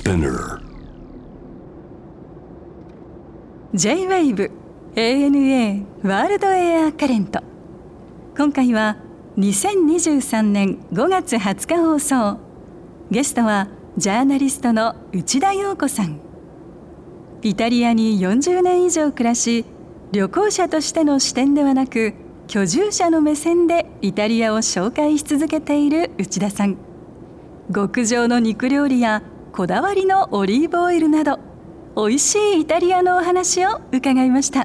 Spinner J-Wave ANA ワールドエアカレント。今回は2023年5月20日放送。ゲストはジャーナリストの内田洋子さん。イタリアに40年以上暮らし、旅行者としての視点ではなく居住者の目線でイタリアを紹介し続けている内田さん。極上の肉料理やこだわりのオリーブオイルなど美味しいイタリアのお話を伺いました。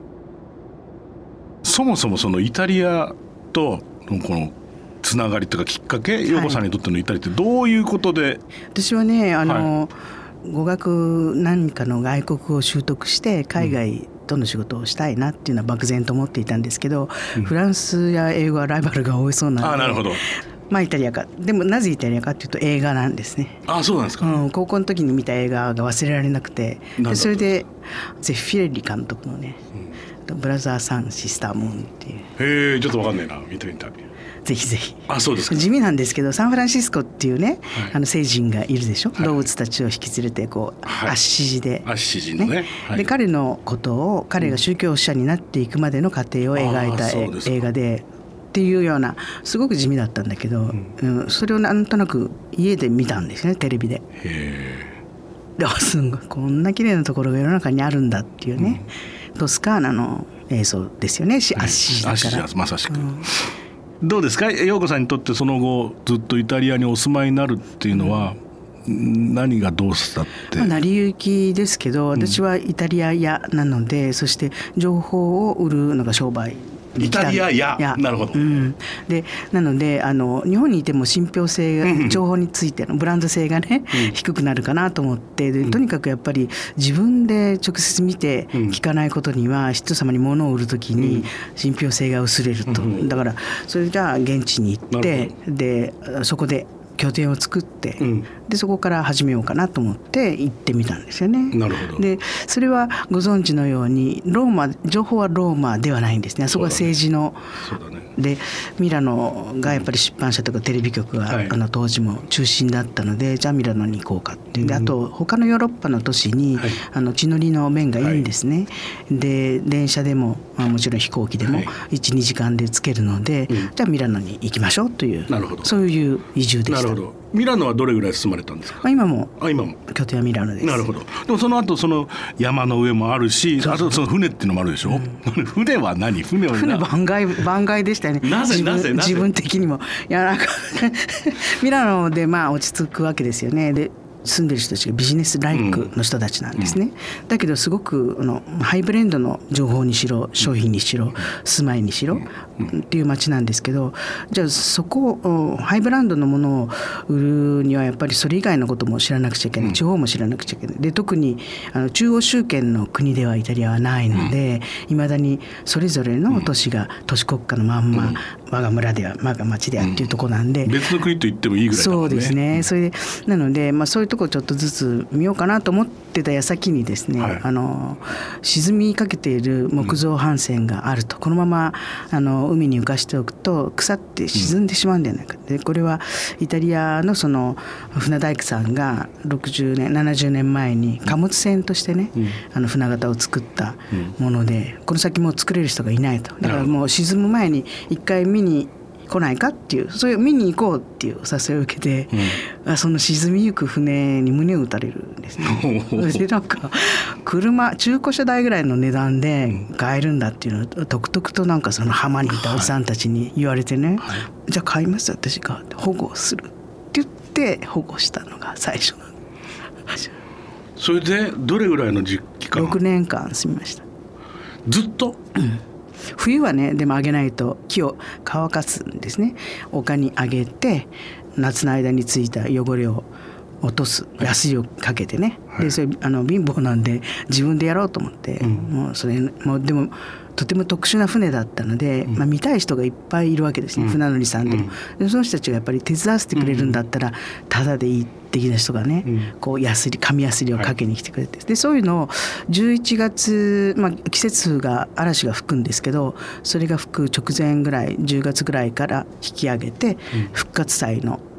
そもそもそのイタリアとこのつながりというかきっかけ、陽子さんにとってのイタリアってどういうことで？ 私はね語学何かの外国語を習得して海外との仕事をしたいなっていうのは漠然と思っていたんですけど、フランスや英語はライバルが多いそうなので、 なるほど。 イタリアか。でもなぜイタリアかっていうと映画なんですね。 そうなんですか。 高校の時に見た映画が忘れられなくて、でそれでゼフィレッリ監督のね、ブラザーサンシスタームーンっていう。 ちょっと分かんないな、見てみたい。 ぜひぜひ。 そうですか。 地味なんですけど、サンフランシスコっていうね、聖人がいるでしょ、動物たちを引き連れてこう、アッシジで、 アッシジのね、 で彼のことを、彼が宗教者になっていくまでの過程を描いた映画でっていうような、すごく地味だったんだけど、それをなんとなく家で見たんですね、テレビで。すごいこんな綺麗なところが世の中にあるんだっていうね、トスカーナの映像ですよね、アッシジだから。アッシジはまさしく、 どうですか、陽子さんにとってその後ずっとイタリアにお住まいになるっていうのは、何がどうしたって？ 成り行きですけど、私はイタリア屋なので、そして情報を売るのが商売。 イタリア屋、なるほど。 でなので日本にいても信憑性、情報についてのブランド性がね、低くなるかなと思って、でとにかくやっぱり自分で直接見て聞かないことには、人様に物を売るときに信憑性が薄れると。だからそれじゃあ現地に行って、でそこで拠点を作って、でそこから始めようかなと思って行ってみたんですよね。 なるほど。 でそれはご存知のように情報はローマではないんですね。あそこは政治の、でミラノがやっぱり出版社とかテレビ局が、当時も中心だったので、じゃあミラノに行こうかってで、あと他のヨーロッパの都市に、地乗りの便がいいんですね。で電車でも、もちろん飛行機でも 1,2 時間で着けるので、じゃあミラノに行きましょうという、そういう移住でした。 なるほど。ミラノはどれぐらい住まれたんですか？ 今も拠点はミラノです。 なるほど。でもその後その山の上もあるし、あとその船っていうのもあるでしょ、船は何？船番外でしたよね。 なぜ自分的にもなんかミラノで落ち着くわけですよね。で住んでる人たちがビジネスライクの人たちなんですね。だけどすごくハイブレンドの情報にしろ、商品にしろ、住まいにしろっていう街なんですけど、じゃあそこをハイブランドのものを売るにはやっぱりそれ以外のことも知らなくちゃいけない、地方も知らなくちゃいけない。で特に中央集権の国ではイタリアはないので、いまだにそれぞれの都市が都市国家のまんま、我が村では我が町ではっていうところなんで、 別の国と言ってもいいぐらいだもんね。 そうですね。それでなので、そういうところをちょっとずつ見ようかなと思ってた矢先にですね、沈みかけている木造帆船があると、このまま海に浮かしておくと腐って沈んでしまうんじゃないか。でこれはイタリアのその船大工さんが60年70年前に貨物船としてね、船型を作ったもので、この先もう作れる人がいないと。だからもう沈む前に一回見に来ないかっていう、そういう見に行こうっていうお誘いを受けて、その沈みゆく船に胸を打たれるんですね。それでなんか中古車代ぐらいの値段で買えるんだっていうのを独特となんかその浜にいたおじさんたちに言われてね、じゃあ買います私が保護するって言って保護したのが最初なんです。 それでどれぐらいの期間 ？6年間住みました。 ずっと？ 冬はね、でもあげないと木を乾かすんですね。丘にあげて夏の間についた汚れを落とす、ヤスリをかけてね、でそれ貧乏なんで自分でやろうと思って、もうそれもうでもとても特殊な船だったので、見たい人がいっぱいいるわけですね、船乗りさんでも。でその人たちがやっぱり手伝わせてくれるんだったら、タダでいい的な人がね、こう紙やすりをかけに来てくれて、でそういうのを11月、季節が嵐が吹くんですけど、それが吹く直前ぐらい10月ぐらいから引き上げて、復活祭の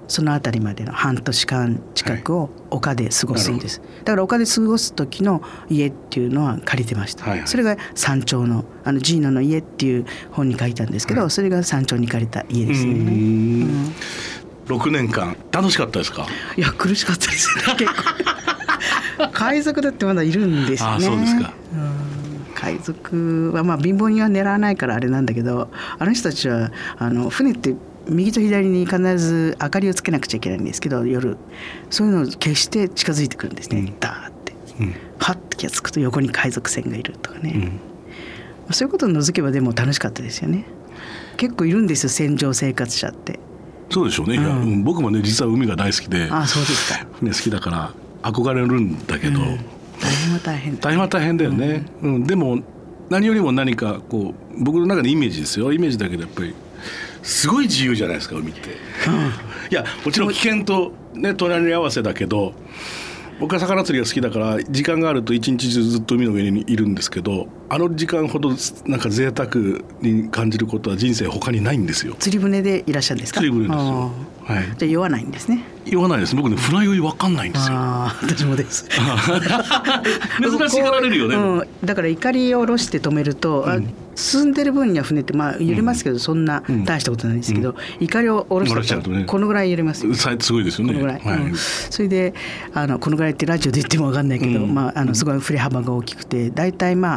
その辺りまでの半年間近くを丘で過ごすんです、だから丘で過ごす時の家っていうのは借りてました、それが山頂のジーノの家っていう本に書いたんですけど、それが山頂に借りた家ですね。 6年間楽しかったですか？ いや苦しかったですね結構海賊だってまだいるんですね。 そうですか。 海賊は貧乏人は狙わないからあれなんだけど、あの人たちは船って右と左に必ず明かりをつけなくちゃいけないんですけど、夜そういうのを消して近づいてくるんですね、ダーって、はっと気がつくと横に海賊船がいるとかね、そういうことを除けばでも楽しかったですよね。結構いるんですよ船上生活者って。 そうでしょうね、僕もね実は海が大好きで、 そうですか。 船好きだから憧れるんだけど、 大変は大変だ、 大変は大変だよね、でも何よりも何かこう僕の中でイメージですよ、イメージだけどやっぱりすごい自由じゃないですか海って、いやもちろん危険とね隣り合わせだけど、僕は魚釣りが好きだから時間があると一日中ずっと海の上にいるんですけど、あの時間ほどなんか贅沢に感じることは人生他にないんですよ。 釣り船でいらっしゃるんですか？ 釣り船ですよ、 じゃあ酔わないんですね。 酔わないです。僕ね船酔い分かんないんですよ。 私もです珍しがられるよね、 だから怒りを下ろして止めると、進んでる分には船って揺れますけど、そんな大したことないんですけど、怒りを下ろしちゃうとこのぐらい揺れますよ。 すごいですよね。 このぐらい、それでこのぐらいってラジオで言っても分かんないけど、すごい振れ幅が大きくて、だいたい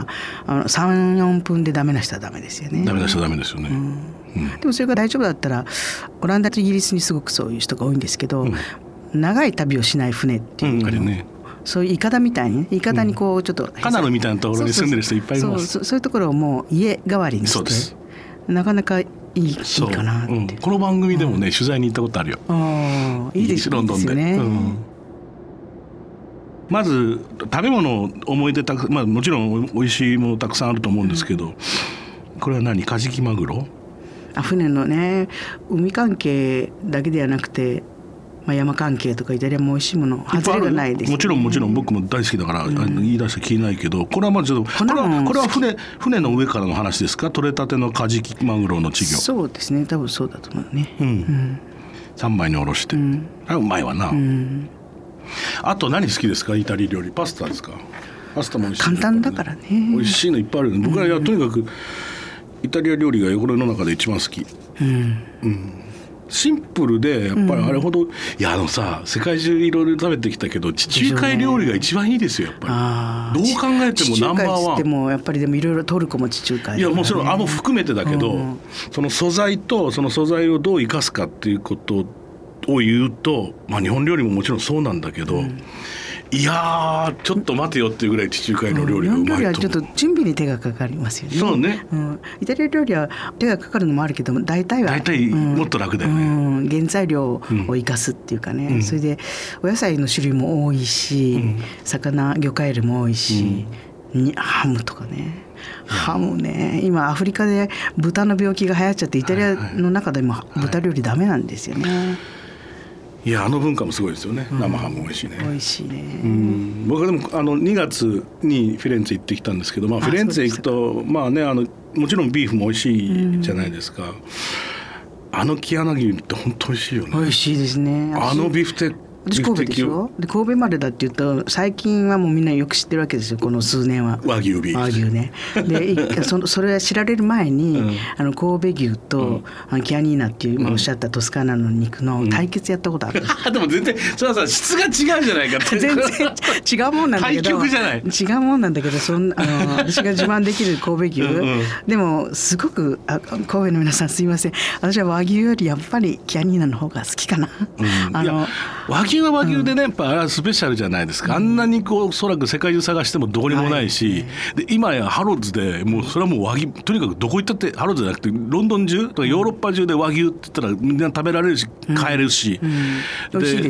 3,4 分でダメな人はダメですよね。 ダメな人はダメですよね、 でもそれが大丈夫だったら、オランダとイギリスにすごくそういう人が多いんですけど、長い旅をしない船っていうの、そういうイカダみたいに、イカダにこうちょっとカナルみたいなところに住んでる人いっぱいいます。 そういうところをもう家代わりにして、なかなかいいかなって、 この番組でもね、取材に行ったことあるよ。 いいですよね、ロンドンで、 まず食べ物思い出もちろん美味しいものたくさんあると思うんですけど、これは何？カジキマグロ？ 船のね、海関係だけではなくて、山関係とかイタリアも美味しいもの外れがないです、ね、 もちろん僕も大好きだから、言い出して聞いないけど、これはまずこれは船の上からの話ですか？取れたてのカジキマグロの稚魚。 そうですね、多分そうだと思うね、 3枚におろして、うまいわな、あと何好きですか？イタリア料理。パスタですか？パスタも美味しい、 簡単だからね、 美味しいのいっぱいある。僕はとにかくイタリア料理が俺の中で一番好き、シンプルでやっぱりあれほど、いやさ、世界中いろいろ食べてきたけど地中海料理が一番いいですよ、やっぱり。どう考えてもナンバーワン。地中海ってもやっぱりでもいろいろトルコも地中海、いやもちろん含めてだけど、その素材とその素材をどう生かすかっていうことを言うと、日本料理ももちろんそうなんだけど、いやちょっと待てよっていうぐらい地中海の料理がうまいと思う。日本料理はちょっと準備に手がかかりますよね。 そうね、 イタリア料理は手がかかるのもあるけど、大体もっと楽だよね、 原材料を生かすっていうかね、それでお野菜の種類も多いし、魚介類も多いし、ハムとかね、ハムね、今アフリカで豚の病気が流行っちゃって、イタリアの中でも豚料理ダメなんですよね、 いや文化もすごいですよね、生ハム美味しいね。 美味しいね。 僕でも2月にフィレンツェ行ってきたんですけど、フィレンツェ行くともちろんビーフも美味しいじゃないですか、キアナ牛って本当美味しいよね。美味しいですね。 ビフテ私神戸でしょ。で神戸までだって言うと最近はもうみんなよく知ってるわけですよ、この数年は。 和牛ビーフ、 和牛ね。でそれは知られる前に、神戸牛と、キアニーナっていうおっしゃったトスカーナの肉の対決やったことあるんです、 でも全然それはさ質が違うじゃないかって。 全然違うもんなんだけど、 対局じゃない、 違うもんなんだけど、私が自慢できる神戸牛でもすごく神戸の皆さんすいません、私は和牛よりやっぱりキアニーナの方が好きかな、 和牛は和牛でね、やっぱあれはスペシャルじゃないですか、あんな肉をおそらく世界中探してもどこにもないし、で今やハロッズでもうそれはもう和牛、とにかくどこ行ったってハロッズじゃなくてロンドン中とかヨーロッパ中で和牛って言ったらみんな食べられるし買えるし、 美味しいですか？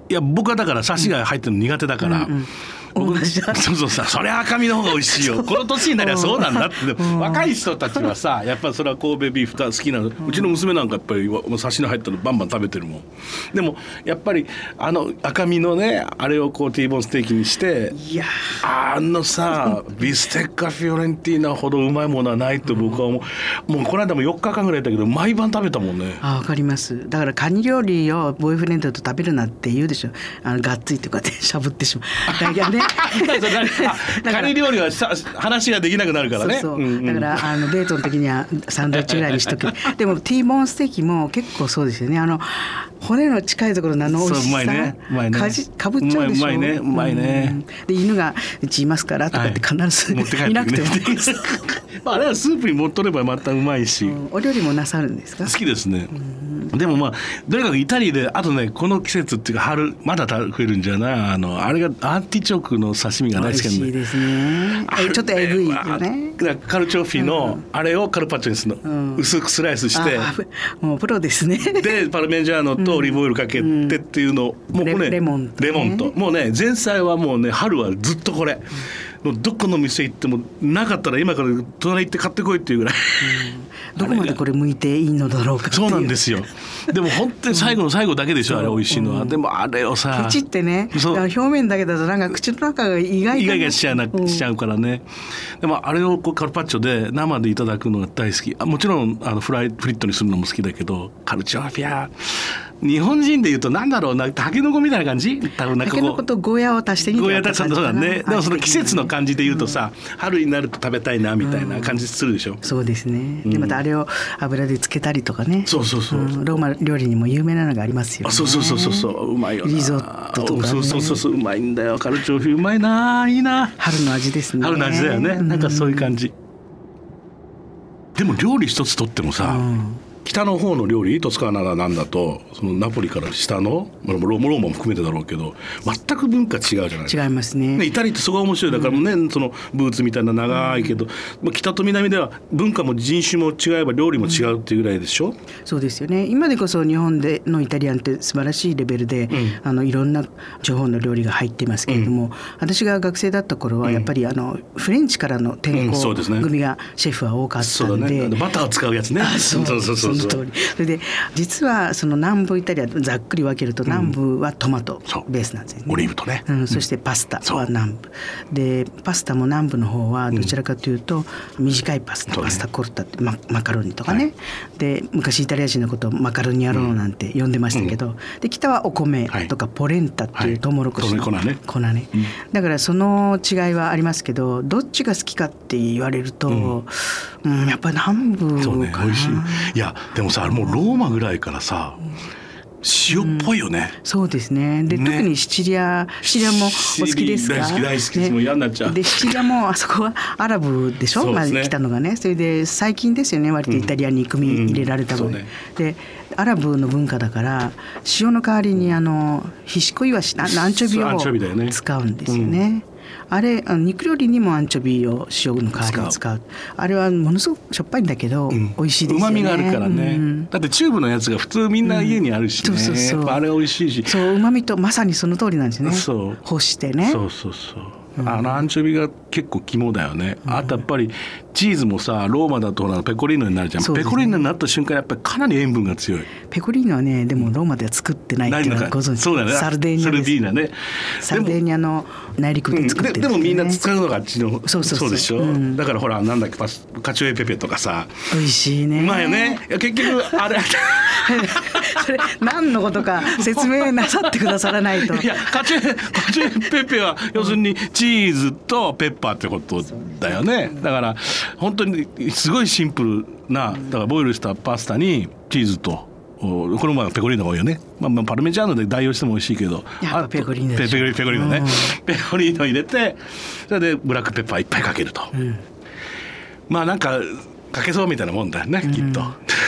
いや僕はだからサシが入ってるの苦手だから、僕そうそりゃ赤身の方が美味しいよこの年になりゃそうなんだって、若い人たちはさやっぱそれは神戸ビーフ好きなの、うちの娘なんかやっぱりサシの入ったのバンバン食べてるもん。でもやっぱり赤身のねあれをこうティーボーンステーキにして、いやさビステッカフィオレンティーナほどうまいものはないと僕はもうこの間も4日間ぐらいだけど毎晩食べたもんね。 わかります。だからカニ料理をボーイフレンドと食べるなって言うでしょ。がっついとかでしゃぶってしまう。だからねカニ料理は話ができなくなるからね。 だからデートの時にはサンドイッチぐらいにしとけでもティーボーンステーキも結構そうですよね。骨の近いところの美味しさかぶっちゃうでしょ。 うまいね、 で犬がうちいますからとかって必ず、いなくてもあれはスープに持っとればまたうまいし、 お料理もなさるんですか？ 好きですね。でもとにかくイタリアであとねこの季節っていうか春まだ食えるんじゃないあれがアーティチョークの刺身が大好きなんで。 美味しいですね。ちょっとえぐいよね。 カルチョーフィのあれをカルパッチョにするの、薄くスライスしてもうプロですね。 でパルメジャーノとオリーブオイルかけてっていうのもうこれレモンともうね前菜はもうね春はずっとこれ、どこの店行ってもなかったら今から隣行って買ってこいっていうぐらい、 どこまでこれ向いていいのだろうかっていう。 そうなんですよ。でも本当に最後の最後だけでしょ、あれ美味しいのは。でもあれをさケチってね表面だけだとなんか口の中が意外しちゃうからね。でもあれをカルパッチョで生でいただくのが大好き。もちろんフリットにするのも好きだけど、カルチョーフィア日本人でいうとなんだろうな、タケノコみたいな感じ。タケノコとゴーヤを足してみたいな感じかな。 そうだね。でもその季節の感じでいうとさ、春になると食べたいなみたいな感じするでしょ。 そうですね。でまたあれを油でつけたりとかね。 そう、 ローマ料理にも有名なのがありますよね。 そううまいよな。 リゾットとかね。 そううまいんだよ。カルチョーフィうまいな、いいな。 春の味ですね。 春の味だよね。なんかそういう感じ。でも料理一つとってもさ、北の方の料理トスカーナなんだとそのナポリから下のローマも含めてだろうけど全く文化違うじゃないですか。 違いますね。 イタリアってそこが面白い。だからもうね、そのブーツみたいな長いけど、北と南では文化も人種も違えば料理も違うっていうぐらいでしょ。 そうですよね。今でこそ日本でのイタリアンって素晴らしいレベルで、いろんな地方の料理が入ってますけれども、私が学生だった頃はやっぱりフレンチからの転校組がシェフは多かったので、 バターを使うやつね。 その通り。それで実はその南部イタリアざっくり分けると南部はトマトベースなんですよね。 オリーブとね、 そしてパスタは南部で、パスタも南部の方はどちらかというと短いパスタ、パスタコルタって、マカロニとかね、で昔イタリア人のことをマカロニアローなんて呼んでましたけど、で北はお米とかポレンタっていうトウモロコシの粉ね、だからその違いはありますけど、どっちが好きかって言われると、やっぱり南部かな。そうね、美味しい。 いやでもさもうローマぐらいからさ塩っぽいよね。 そうですね。で特にシチリアもお好きですか？ 大好き、もう嫌になっちゃう。 でシチリアもあそこはアラブでしょ、来たのがね。それで最近ですよね、割とイタリアに組み入れられたので、でアラブの文化だから塩の代わりにひしこいわしアンチョビを使うんですよね。あれ肉料理にもアンチョビを塩の代わりに使う。あれはものすごくしょっぱいんだけど、美味しいですよね。 旨味があるからね、だってチューブのやつが普通みんな家にあるしね、そうあれ美味しいし、 そう旨味とまさにその通りなんですね。干してね。 そうアンチョビが結構肝だよね。あとやっぱりチーズもさローマだとペコリーノになるじゃん。ペコリーノになった瞬間やっぱりかなり塩分が強い。 ペコリーノはねでもローマでは作ってないっていうのはご存知。 そうだね。 サルデーニャね。サルデーニャの内陸で作ってるんですよね。でもみんな使うのがあっちのそうでしょ、だからほらなんだっけカチョエペペとかさ美味しいね。 うまいよね。いや結局あれそれ何のことか説明なさってくださらないと。 いやカチョエペペは要するにチーズとペッパーってことだよね。だから本当にすごいシンプルな、だからボイルしたパスタにチーズとこれもペコリーノが多いよね。パルメジャーノで代用しても美味しいけど、 やっぱペコリーノでしょ。 ペコリーノね、ペコリーノ入れてそれでブラックペッパーいっぱいかけると、なんかかけそうみたいなもんだよね、きっと。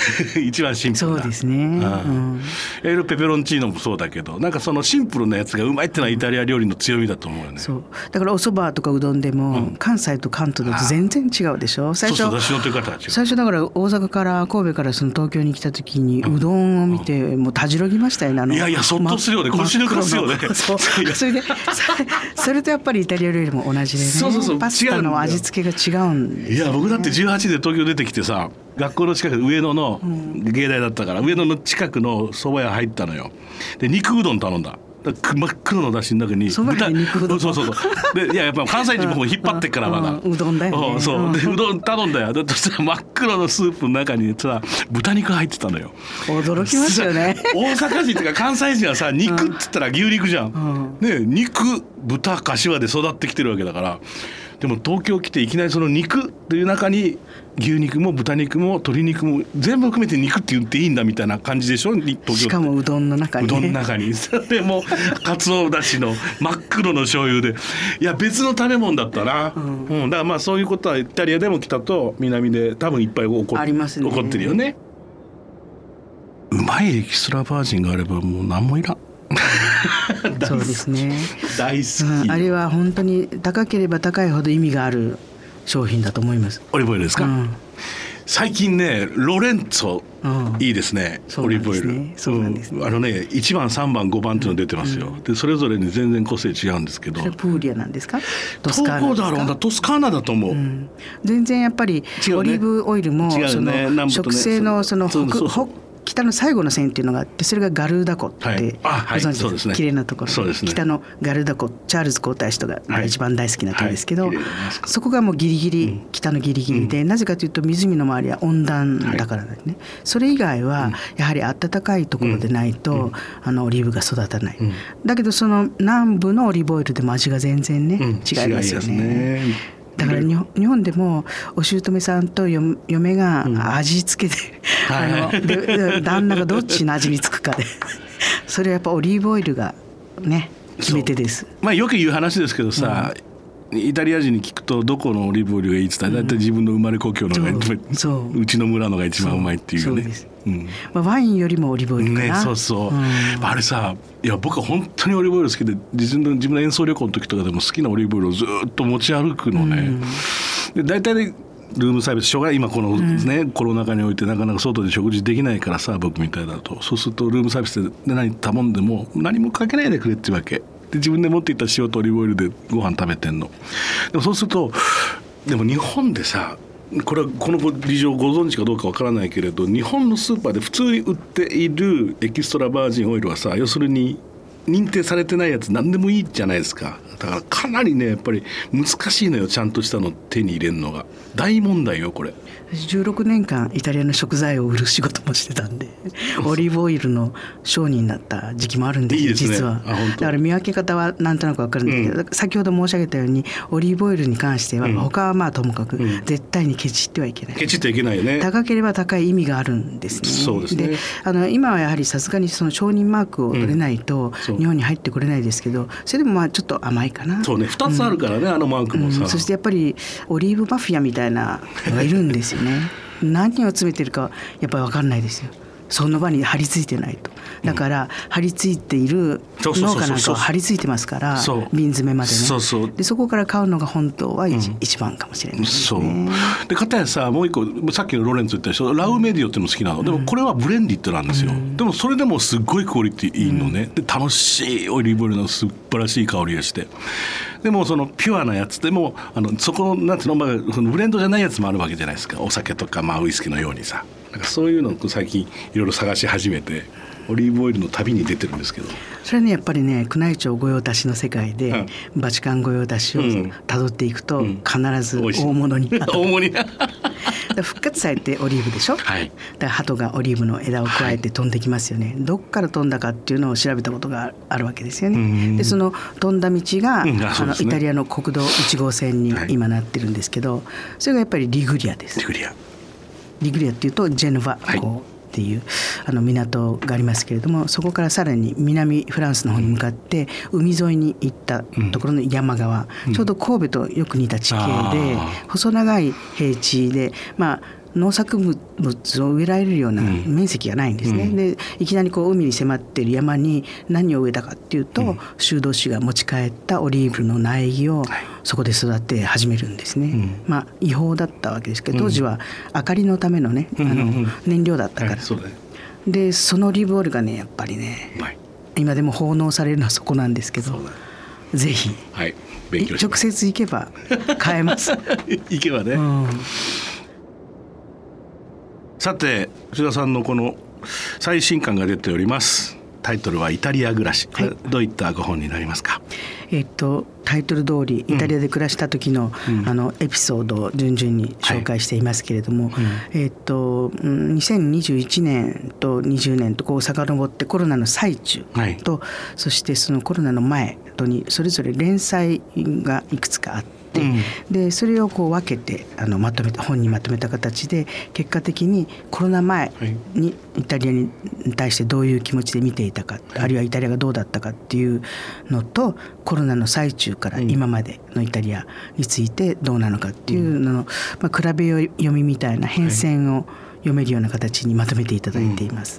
一番シンプルな。 そうですね、 エルペペロンチーノもそうだけど、なんかそのシンプルなやつがうまいってのはイタリア料理の強みだと思うよね。 そうだからお蕎麦とかうどんでも、関西と関東だと全然違うでしょ。最初出汁の取り方が違う。 最初だから大阪から神戸からその東京に来た時にうどんを見てもうたじろぎましたよね。 いやいやそっとするよね、腰抜かすよね。 それでそれとやっぱりイタリア料理も同じでね。パスタの味付けが違うんですよね。 いや僕だって18で東京出てきてさ、学校の近く上野の芸大だったから、上野の近くの蕎麦屋入ったのよ。で肉うどん頼んだ。真っ黒のだしの中に豚肉うどん。 そうで、いややっぱ関西人も引っ張ってっからまだ、 うどんだよね。 そうでうどん頼んだよ。だとしたら真っ黒のスープの中にさ豚肉入ってたのよ。 驚きますよね。 大阪人とか関西人はさ、肉っつったら牛肉じゃん、ね、肉豚柏で育ってきてるわけだから。でも東京来ていきなりその肉という中に牛肉も豚肉も鶏肉も全部含めて肉って言っていいんだみたいな感じでしょ、東京って。 しかもうどんの中に、 うどんの中にでもかつおだしの真っ黒の醤油で、いや別の食べ物だったな、だからまあそういうことはイタリアでも北と南で多分いっぱい起こってるよね。うまいエキストラバージンがあればもう何もいらん。 そうですね、 大好き、 あれは本当に高ければ高いほど意味がある商品だと思います。 オリーブオイルですか、最近ねロレンツォ、いいですね、オリーブオイル。 そうなんですね、 1番3番5番っていうの出てますよ、でそれぞれに全然個性違うんですけど。 それプーリアなんですか、トスカーナですか。 どこだろうな、トスカーナだと思う、 全然やっぱりオリーブオイルもその植生のその北の最後の線っていうのがあって、それがガルーダ湖ってご存知ですか。綺麗なところ、北のガルーダ湖、チャールズ皇太子とかが一番大好きなところですけど、そこがもうギリギリ、北のギリギリで、なぜかというと湖の周りは温暖だからね、それ以外はやはり暖かいところでないとオリーブが育たない、だけどその南部のオリーブオイルでも味が全然ね、違いますよね。だから日本でもお姑さんと嫁が味付けで、旦那がどっちの味につくかでそれはやっぱオリーブオイルがね決め手です。 まあよく言う話ですけどさ、イタリア人に聞くとどこのオリーブオイルがいいって言ったら、大体自分の生まれ故郷のがうちの村のが一番うまいっていうね。 ワインよりもオリーブオイルかな、 あれさ、いや僕は本当にオリーブオイル好きで、自分の演奏旅行の時とかでも好きなオリーブオイルをずっと持ち歩くのね、で大体ねルームサービスしょうがない、今このね、コロナ禍においてなかなか外で食事できないからさ、僕みたいだと、そうするとルームサービスで何頼んでも何もかけないでくれっていうわけで、自分で持っていった塩とオリーブオイルでご飯食べてんの。でもそうすると、でも日本でさ、これはこの事情ご存知かどうかわからないけれど、日本のスーパーで普通に売っているエキストラバージンオイルはさ、要するに認定されてないやつ何でもいいじゃないですか。だからかなりねやっぱり難しいのよ、ちゃんとしたの手に入れるのが大問題よこれ。 16年間イタリアの食材を売る仕事もしてたんでオリーブオイルの商人になった時期もあるんですよ、実は。だから見分け方はなんとなく分かるんだけど、先ほど申し上げたようにオリーブオイルに関しては、他はまあともかく絶対にケチってはいけない、 ケチってはいけないよね。 高ければ高い意味があるんですね。 そうですね。 で今はやはりさすがにその承認マークを取れないと日本に入ってこれないですけど、それでもまあちょっと甘いかな。 そうね、2つあるからね、あのマークもさ、 そしてやっぱりオリーブマフィアみたいなのがいるんですよね何を詰めてるかやっぱり分かんないですよ、その場に張り付いてないと。だから張り付いている農家なんかは張り付いてますから、瓶詰めまでね。でそこから買うのが本当は一番かもしれないですね。 で片やさ、もう一個さっきのロレンツ言った人ラウメディオっていうのも好きなの、でもこれはブレンディットなんですよ、でもそれでもすっごいクオリティいいのね、で楽しいオリーブオイルの素晴らしい香りがして、でもそのピュアなやつでもそこのなんていうの、そのブレンドじゃないやつもあるわけじゃないですか、お酒とかウイスキーのようにさ、なんかそういうのを最近いろいろ探し始めてオリーブオイルの旅に出てるんですけど、 それねやっぱりね宮内庁御用達の世界で、バチカン御用達をたどっていくと、必ず大物になる、大物に復活祭ってオリーブでしょ、だから鳩がオリーブの枝を加えて飛んできますよね、どっから飛んだかっていうのを調べたことがあるわけですよね。でその飛んだ道が、イタリアの国道1号線に今なってるんですけど、それがやっぱりリグリアです。リグリアっていうとジェノバ港っていう港がありますけれども、そこからさらに南フランスの方に向かって海沿いに行ったところの山側、ちょうど神戸とよく似た地形で細長い平地で、 農作物を植えられるような面積がないんですね、でいきなり海に迫っている山に何を植えたかっていうと、修道士が持ち帰ったオリーブの苗木をそこで育て始めるんですね、違法だったわけですけど、当時は明かりのためのね、燃料だったから、でそのオリーブオイルがねやっぱりね、今でも奉納されるのはそこなんですけど、ぜひ、直接行けば買えます行けばね、さて吉田さんのこの最新刊が出ております。タイトルはイタリア暮らし、これどういったご本になりますか？ タイトル通りイタリアで暮らした時の、エピソードを順々に紹介していますけれども、2021年と20年と遡ってコロナの最中と、そしてそのコロナの前とにそれぞれ連載がいくつかあって、でそれを分けて本にまとめた形で、結果的にコロナ前にイタリアに対してどういう気持ちで見ていたか、あるいはイタリアがどうだったかっていうのと、コロナの最中から今までのイタリアについてどうなのかっていうのの、比べ読みみたいな変遷を読めるような形にまとめていただいています。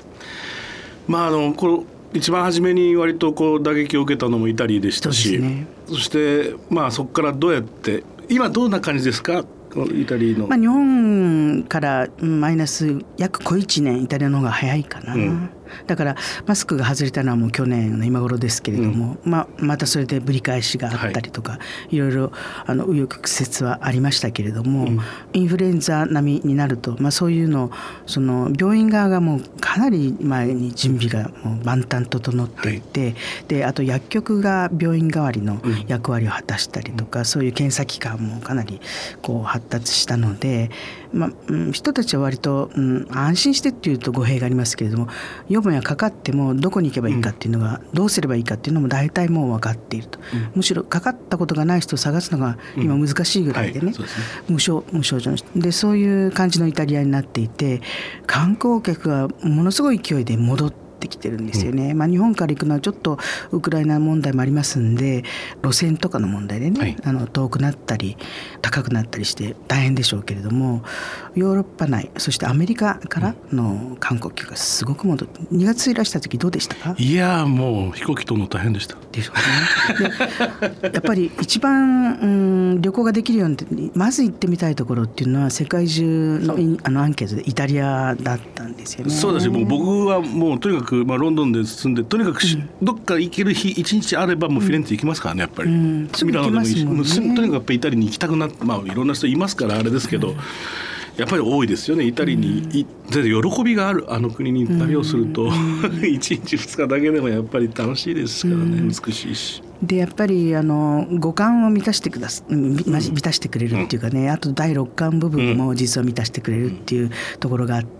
一番初めに割と打撃を受けたのもイタリアでしたし、そしてそこからどうやって今どんな感じですか？イタリアの、 日本からマイナス約小1年イタリアの方が早いかな、だからマスクが外れたのはもう去年の今頃ですけれども、またそれでぶり返しがあったりとか、いろいろ紆余曲折はありましたけれども、インフルエンザ並みになると、そういうのその病院側がもうかなり前に準備がもう万端整っていて、であと薬局が病院代わりの役割を果たしたりとか、そういう検査機関もかなり発達したので、人たちは割と、安心してっていうと語弊がありますけれども、予防やかかってもどこに行けばいいかっていうのが、どうすればいいかっていうのも大体もう分かっていると、むしろかかったことがない人を探すのが今難しいぐらいでね、無症状の人で、そういう感じのイタリアになっていて、観光客がものすごい勢いで戻ってきてるんですよね、日本から行くのはちょっとウクライナ問題もありますんで、路線とかの問題でね、遠くなったり高くなったりして大変でしょうけれども、ヨーロッパ内そしてアメリカからの観光客がすごく戻って、2月いらした時どうでしたか？ いやもう飛行機飛ぶの大変でしたでしょうねでやっぱり一番、旅行ができるようにまず行ってみたいところっていうのは世界中のアンケートでイタリアだったんですよね。 そうですよ。もう僕はもうとにかくロンドンで住んで、とにかくどっか行ける日1日あればもうフィレンツェ行きますからね、やっぱり、ミラノでもいいし、とにかくやっぱりイタリアに行きたくなって、いろんな人いますからあれですけど、やっぱり多いですよね。イタリアに喜びがあるあの国に旅をすると1日2日だけでもやっぱり楽しいですからね、美しいし。 でやっぱり五感を満たしてくれるっていうかね、あと第六感部分も実は満たしてくれるっていうところがあって、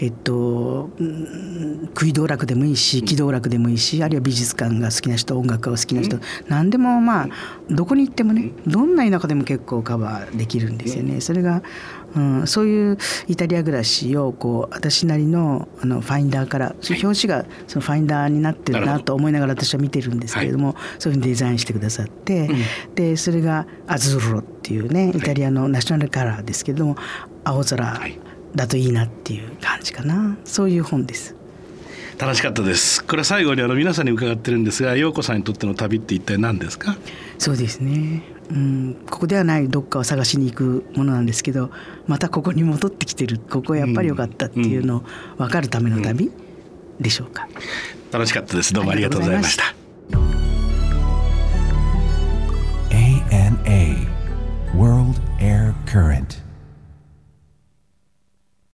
食い道楽でもいいし気道楽でもいいし、あるいは美術館が好きな人、音楽が好きな人、何でもどこに行ってもね、どんな田舎でも結構カバーできるんですよね。それがそういうイタリア暮らしを私なりのファインダーから、表紙がそのファインダーになってるなと思いながら私は見てるんですけれども、そういうふうにデザインしてくださって、でそれがアズーロっていうね、イタリアのナショナルカラーですけれども、青空だといいなっていう感じかな。そういう本です。 楽しかったです。これ最後に皆さんに伺ってるんですが、陽子さんにとっての旅って一体何ですか？ そうですね、ここではないどっかを探しに行くものなんですけど、またここに戻ってきてる、ここやっぱり良かったっていうのを分かるための旅でしょうか。 楽しかったです。どうもありがとうございました。 ANA World Air Current